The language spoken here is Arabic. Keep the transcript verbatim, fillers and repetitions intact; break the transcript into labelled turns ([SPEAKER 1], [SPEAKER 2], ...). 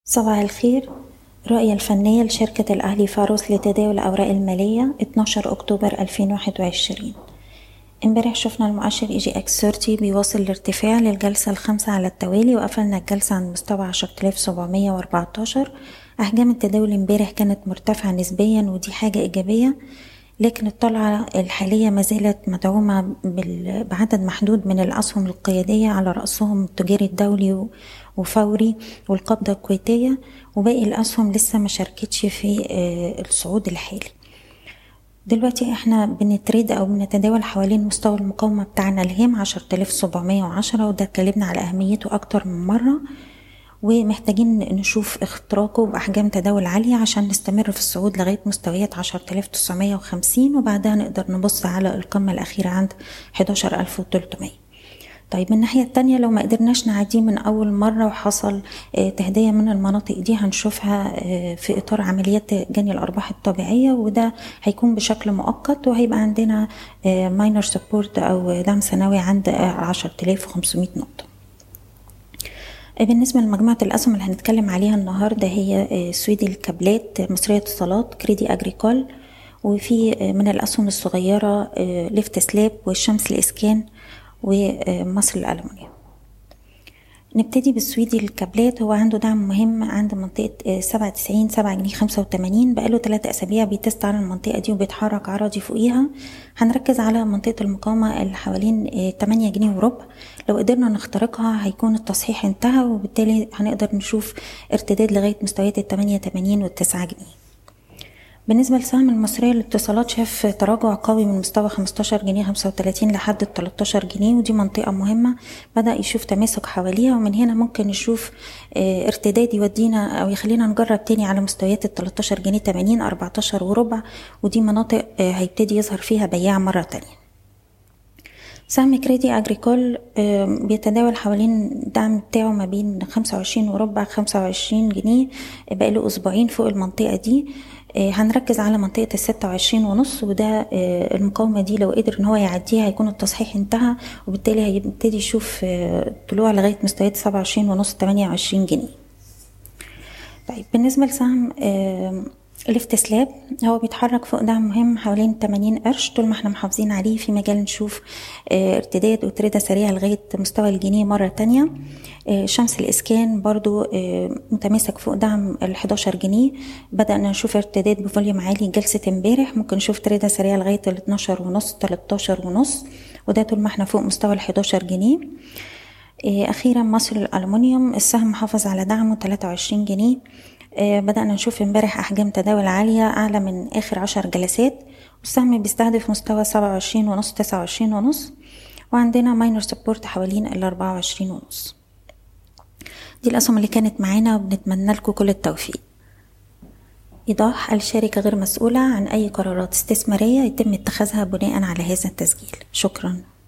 [SPEAKER 1] صباح الخير. رؤية الفنية لشركة الأهلي فاروس لتداول الأوراق المالية اتناشر أكتوبر ألفين وواحد وعشرين. امبارح شفنا المؤشر اي جي اكس ثلاثين بيواصل الارتفاع للجلسة الخامسة على التوالي، وقفلنا الجلسة عند مستوى عشرة آلاف وسبعمية وأربعتاشر. أحجام التداول امبارح كانت مرتفعة نسبيا ودي حاجة إيجابية، لكن الطلعة الحالية ما زالت مدعومة بعدد محدود من الأسهم القيادية على رأسهم التجاري الدولي وفوري والقبضة الكويتية، وباقي الأسهم لسه ما شاركتش في الصعود الحالي. دلوقتي احنا بنتريد او بنتداول حوالين مستوى المقاومة بتاعنا الهام عشرة آلاف وسبعمية وعشرة، وده اتكلمنا على أهميته أكتر من مرة، ومحتاجين نشوف اختراقه بأحجام تداول عالية عشان نستمر في الصعود لغاية مستويات عشرة آلاف وتسعمية وخمسين، وبعدها نقدر نبص على القمة الأخيرة عند حداشر ألف وتلتمية. طيب من الناحية التانية لو ما قدرناش نعديه من أول مرة وحصل تهدية من المناطق دي، هنشوفها في إطار عمليات جني الأرباح الطبيعية، وده هيكون بشكل مؤقت، وهيبقى عندنا ماينر سبورت أو دعم سنوي عند عشرة آلاف وخمسمية نقطة. بالنسبة لمجموعة الأسهم اللي هنتكلم عليها النهاردة هي سويدي الكابلات، مصرية اتصالات، كريدي أجريكول، وفي من الأسهم الصغيرة ليفت سلاب والشمس الإسكان ومصر الألمونيوم. نبتدي بالسويدي الكابلات. هو عنده دعم مهم عند منطقة سبعة وتسعين سبعة جنيه خمسة وتمانين، بقاله ثلاثة أسابيع بيتست على المنطقة دي وبيتحرك عرضي فوقيها. هنركز على منطقة المقاومة اللي حوالين تمانية جنيه وربع، لو قدرنا نخترقها هيكون التصحيح انتهى، وبالتالي هنقدر نشوف ارتداد لغاية مستويات التمانية تمانين والتسعة جنيه. بالنسبة لسهم المصرية للاتصالات شاف تراجع قوي من مستوى خمستاشر جنيه خمسة وتلاتين لحد تلتاشر جنيه، ودي منطقة مهمة بدأ يشوف تماسك حواليها، ومن هنا ممكن نشوف ارتداد يودينا أو يخلينا نجرب تاني على مستويات التلتاشر جنيه تمانين أربعتاشر وربع، ودي مناطق هيبتدي يظهر فيها بياع مرة تانية. سهم كريدي أجريكول بيتداول حوالين الدعم بتاعه ما بين خمسة وعشرين وربع خمسة وعشرين جنيه، بقاله أسبوعين فوق المنطقة دي. هنركز على منطقة الستة وعشرين ونص، وده المقاومة دي لو قدر ان هو يعديها هيكون التصحيح انتهى، وبالتالي هيبتدي يشوف طلوع لغاية مستويات سبعة وعشرين ونص تمانية وعشرين جنيه. طيب بالنسبة لسهم ليفت سلاب، هو بيتحرك فوق دعم مهم حوالين تمانين قرش، طول ما احنا محافظين عليه في مجال نشوف ارتداد وتريدة سريعة لغاية مستوى الجنيه مرة تانية. شمس الإسكان برضو متماسك فوق دعم الحداشر جنيه، بدأنا نشوف ارتداد بفوليوم عالي جلسة امبارح، ممكن نشوف تريدة سريعة لغاية الاتناشر ونص تلتاشر ونص، وده طول ما احنا فوق مستوى الحداشر جنيه. أخيرا مصر الألمونيوم، السهم محافظ على دعمه تلاتة وعشرين جنيه، بدأنا نشوف امبارح أحجام تداول عالية أعلى من آخر عشر جلسات، والسهم بيستهدف مستوى سبعة وعشرين ونص تسعة وعشرين ونص، وعندنا ماينر سبورت حوالين ال أربعة وعشرين ونص. دي الأسهم اللي كانت معانا، وبنتمنى لكم كل التوفيق. إيضاح: الشركة غير مسؤولة عن أي قرارات استثمارية يتم اتخاذها بناء على هذا التسجيل. شكرا.